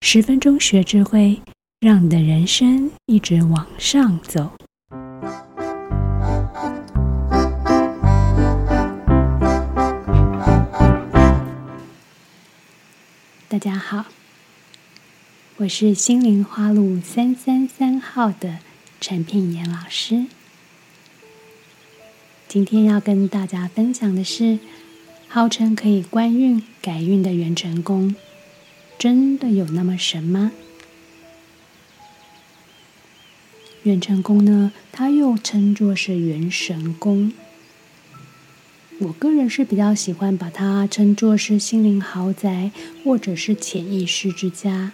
10分钟学智慧，让你的人生一直往上走。大家好，我是心灵花路333号的陈品妍老师。今天要跟大家分享的是，号称可以官运改运的元辰宫，真的有那么神吗？元辰宫呢，它又称作是元神宫。我个人是比较喜欢把它称作是心灵豪宅，或者是潜意识之家。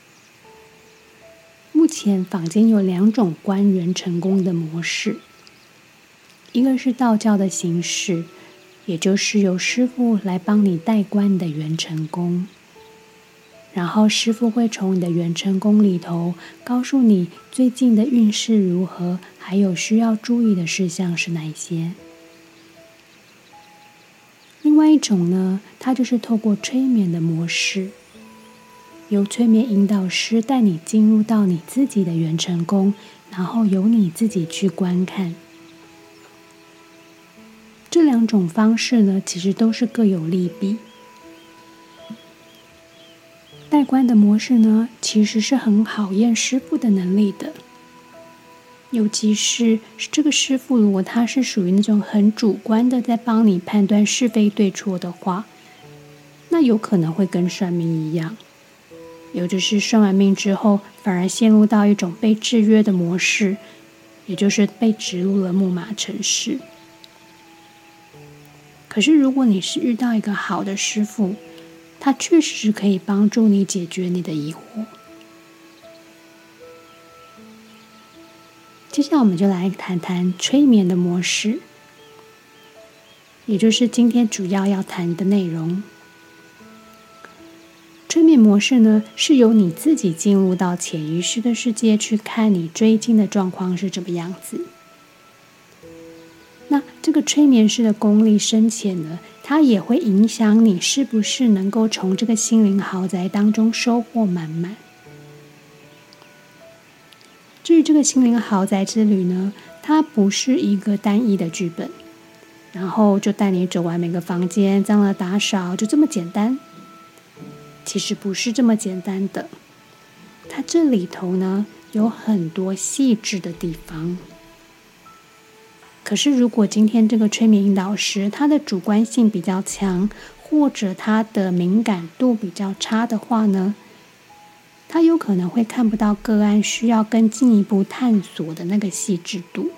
目前坊间有2种观元辰宫的模式，一个是道教的形式，也就是由师父来帮你代观的元辰宫，然后师父会从你的元辰宫里头告诉你最近的运势如何，还有需要注意的事项是哪一些。另外一种呢，它就是透过催眠的模式，由催眠引导师带你进入到你自己的元辰宫，然后由你自己去观看。这2种方式呢，其实都是各有利弊。代观的模式呢，其实是很考验师父的能力的。尤其是这个师父，如果他是属于那种很主观的在帮你判断是非对错的话，那有可能会跟算命一样，也就是算完命之后反而陷入到一种被制约的模式，也就是被植入了木马程式。可是如果你是遇到一个好的师父，他确实是可以帮助你解决你的疑惑。接下来我们就来谈谈催眠的模式，也就是今天主要谈的内容。催眠模式呢，是由你自己进入到潜意识的世界去看你最近的状况是怎么样子。那这个催眠师的功力深浅呢，它也会影响你是不是能够从这个心灵豪宅当中收获满满。至于这个心灵豪宅之旅呢，它不是一个单一的剧本，然后就带你走完每个房间，脏了打扫，就这么简单。其实不是这么简单的，它这里头呢有很多细致的地方。可是如果今天这个催眠引导师他的主观性比较强，或者他的敏感度比较差的话呢，他有可能会看不到个案需要更进一步探索的那个细致度。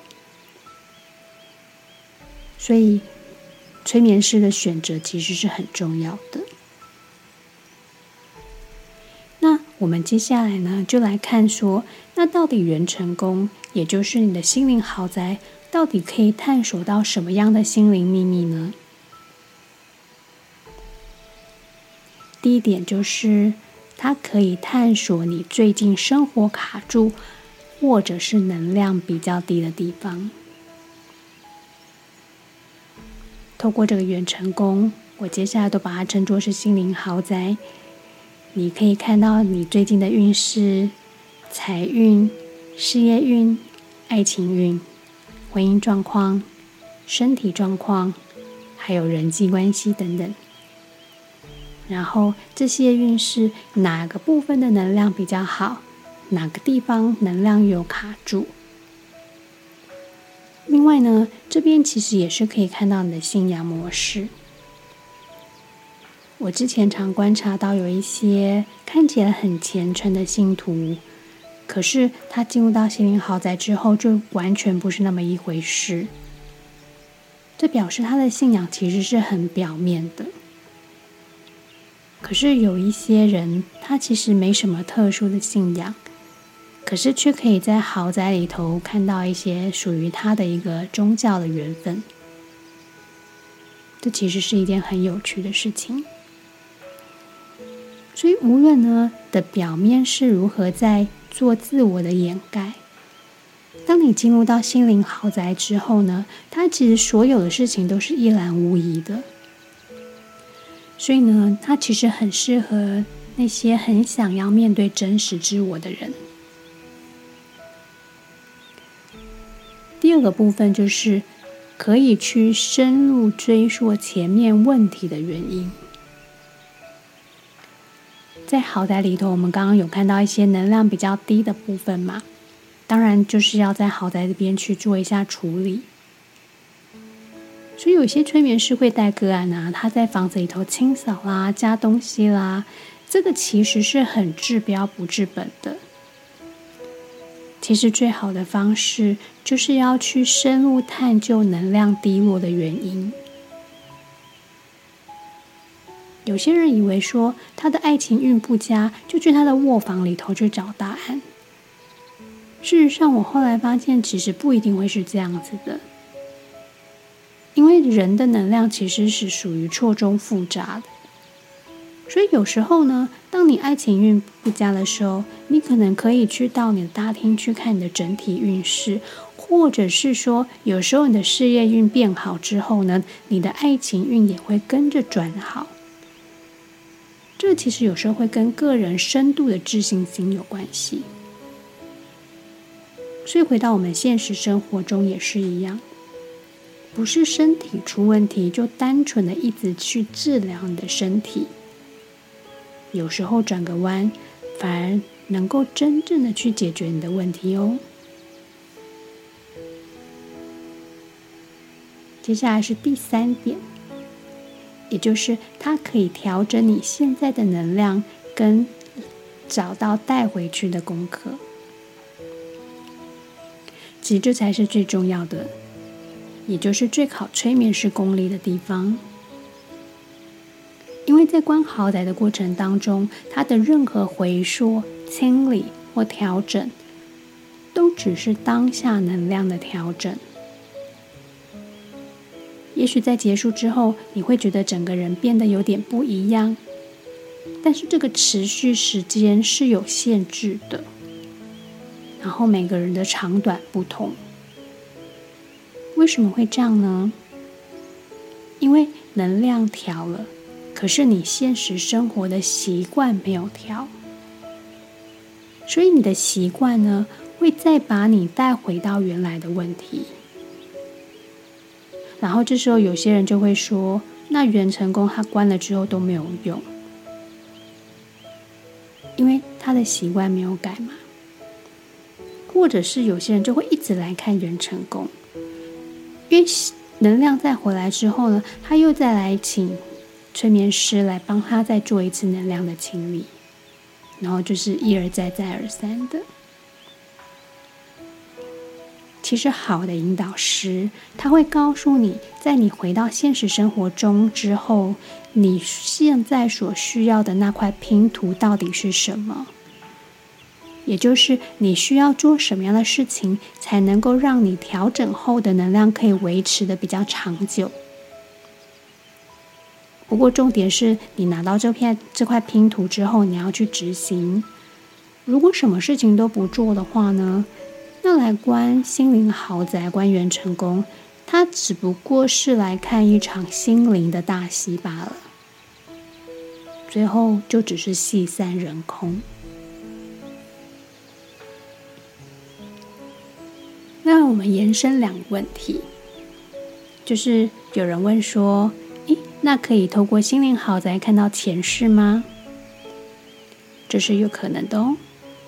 所以催眠师的选择其实是很重要的。那我们接下来呢，就来看说，那到底元辰宫，也就是你的心灵豪宅，到底可以探索到什么样的心灵秘密呢？第一点就是，它可以探索你最近生活卡住，或者是能量比较低的地方。透过这个元辰宫，我接下来都把它称作是心灵豪宅。你可以看到你最近的运势、财运、事业运、爱情运、婚姻状况、身体状况，还有人际关系等等。然后这些运势哪个部分的能量比较好，哪个地方能量有卡住。另外呢，这边其实也是可以看到你的信仰模式。我之前常观察到有一些看起来很虔诚的信徒，可是他进入到心灵豪宅之后，就完全不是那么一回事。这表示他的信仰其实是很表面的。可是有一些人，他其实没什么特殊的信仰，可是却可以在豪宅里头看到一些属于他的一个宗教的缘分。这其实是一件很有趣的事情。所以无论呢的表面是如何在做自我的掩盖，当你进入到心灵豪宅之后呢，它其实所有的事情都是一览无遗的。所以呢，它其实很适合那些很想要面对真实之我的人。第二个部分就是可以去深入追溯前面问题的原因。在豪宅里头，我们刚刚有看到一些能量比较低的部分嘛，当然就是要在豪宅这边去做一下处理。所以有些催眠师会带个案啊，他在房子里头清扫啦、加东西啦，这个其实是很治标不治本的。其实最好的方式就是要去深入探究能量低落的原因。有些人以为说他的爱情运不佳，就去他的卧房里头去找答案。事实上，我后来发现其实不一定会是这样子的，因为人的能量其实是属于错综复杂的。所以有时候呢，当你爱情运不佳的时候，你可能可以去到你的大厅去看你的整体运势，或者是说有时候你的事业运变好之后呢，你的爱情运也会跟着转好。这其实有时候会跟个人深度的自信心有关系。所以回到我们现实生活中也是一样，不是身体出问题就单纯的一直去治疗你的身体，有时候转个弯反而能够真正的去解决你的问题哦。接下来是第3点，也就是它可以调整你现在的能量跟找到带回去的功课。其实这才是最重要的，也就是最考催眠师功力的地方。因为在观豪宅的过程当中，它的任何回溯、清理或调整都只是当下能量的调整。也许在结束之后，你会觉得整个人变得有点不一样，但是这个持续时间是有限制的，然后每个人的长短不同。为什么会这样呢？因为能量调了，可是你现实生活的习惯没有调，所以你的习惯呢，会再把你带回到原来的问题。然后这时候有些人就会说，那元成功他关了之后都没有用，因为他的习惯没有改嘛。或者是有些人就会一直来看元成功，因为能量再回来之后呢，他又再来请催眠师来帮他再做一次能量的清理，然后就是一而再再而三的。其实好的引导师，他会告诉你，在你回到现实生活中之后，你现在所需要的那块拼图到底是什么，也就是你需要做什么样的事情，才能够让你调整后的能量可以维持的比较长久。不过重点是你拿到这块拼图之后，你要去执行。如果什么事情都不做的话呢，那来观心灵豪宅、观元成功，它只不过是来看一场心灵的大戏罢了，最后就只是戏散人空。那我们延伸2个问题，就是有人问说，那可以透过心灵豪宅看到前世吗？这是有可能的哦。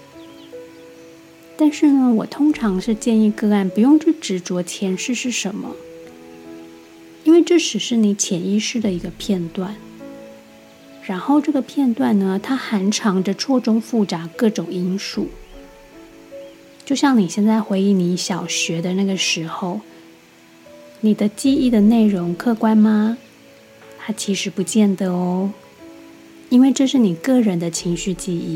但是呢，我通常是建议个案不用去执着前世是什么，因为这只是你潜意识的一个片段，然后这个片段呢，它含藏着错综复杂各种因素。就像你现在回忆你小学的那个时候，你的记忆的内容客观吗？它其实不见得哦，因为这是你个人的情绪记忆。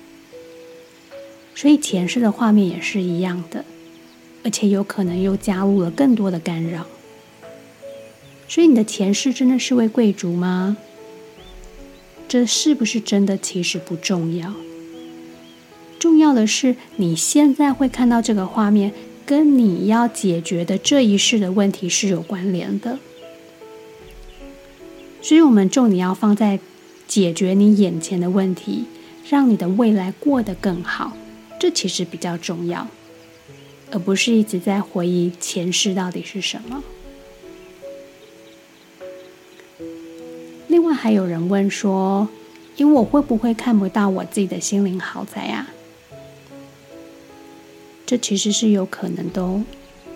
所以前世的画面也是一样的，而且有可能又加入了更多的干扰。所以你的前世真的是位贵族吗？这是不是真的其实不重要，重要的是你现在会看到这个画面，跟你要解决的这一世的问题是有关联的。所以我们重点要放在解决你眼前的问题，让你的未来过得更好，这其实比较重要，而不是一直在回忆前世到底是什么。另外还有人问说，因为我会不会看不到我自己的心灵豪宅啊？这其实是有可能的哦。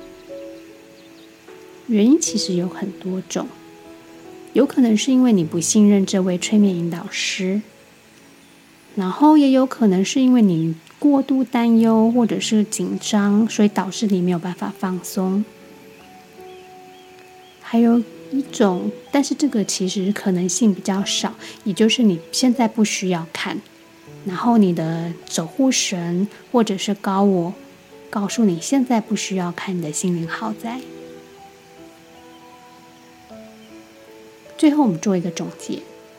原因其实有很多种，有可能是因为你不信任这位催眠引导师，然后也有可能是因为你过度担忧或者是紧张，所以导致你没有办法放松。还有一种，但是这个其实可能性比较少，也就是你现在不需要看，然后你的守护神或者是高我告诉你现在不需要看你的心灵豪宅。最后我们做一个总结，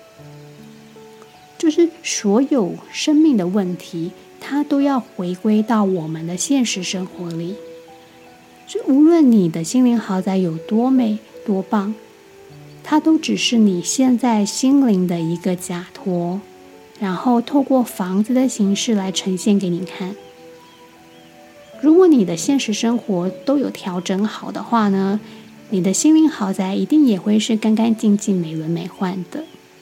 就是所有生命的问题，它都要回归到我们的现实生活里。所以无论你的心灵豪宅有多美多棒，它都只是你现在心灵的一个假托，然后透过房子的形式来呈现给你看。如果你的现实生活都有调整好的话呢，你的心灵豪宅一定也会是干干净净、美轮美奂的。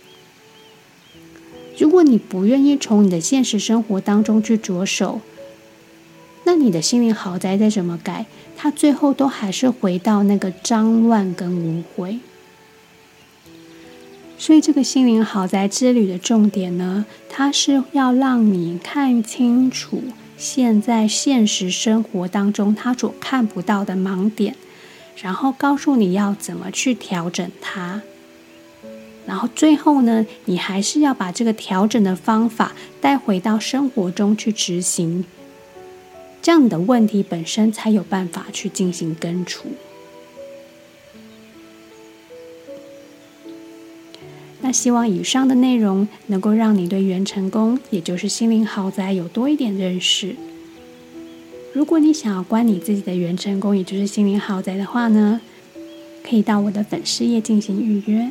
如果你不愿意从你的现实生活当中去着手，那你的心灵豪宅再怎么改，它最后都还是回到那个脏乱跟污秽。所以这个心灵豪宅之旅的重点呢，它是要让你看清楚现在现实生活当中它所看不到的盲点，然后告诉你要怎么去调整它。然后最后呢，你还是要把这个调整的方法带回到生活中去执行，这样你的问题本身才有办法去进行根除。那希望以上的内容能够让你对元成功，也就是心灵豪宅有多一点认识。如果你想要观你自己的元成功，也就是心灵豪宅的话呢，可以到我的粉丝页进行预约。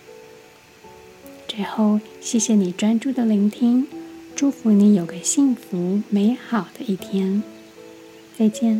最后，谢谢你专注的聆听，祝福你有个幸福美好的一天。再见。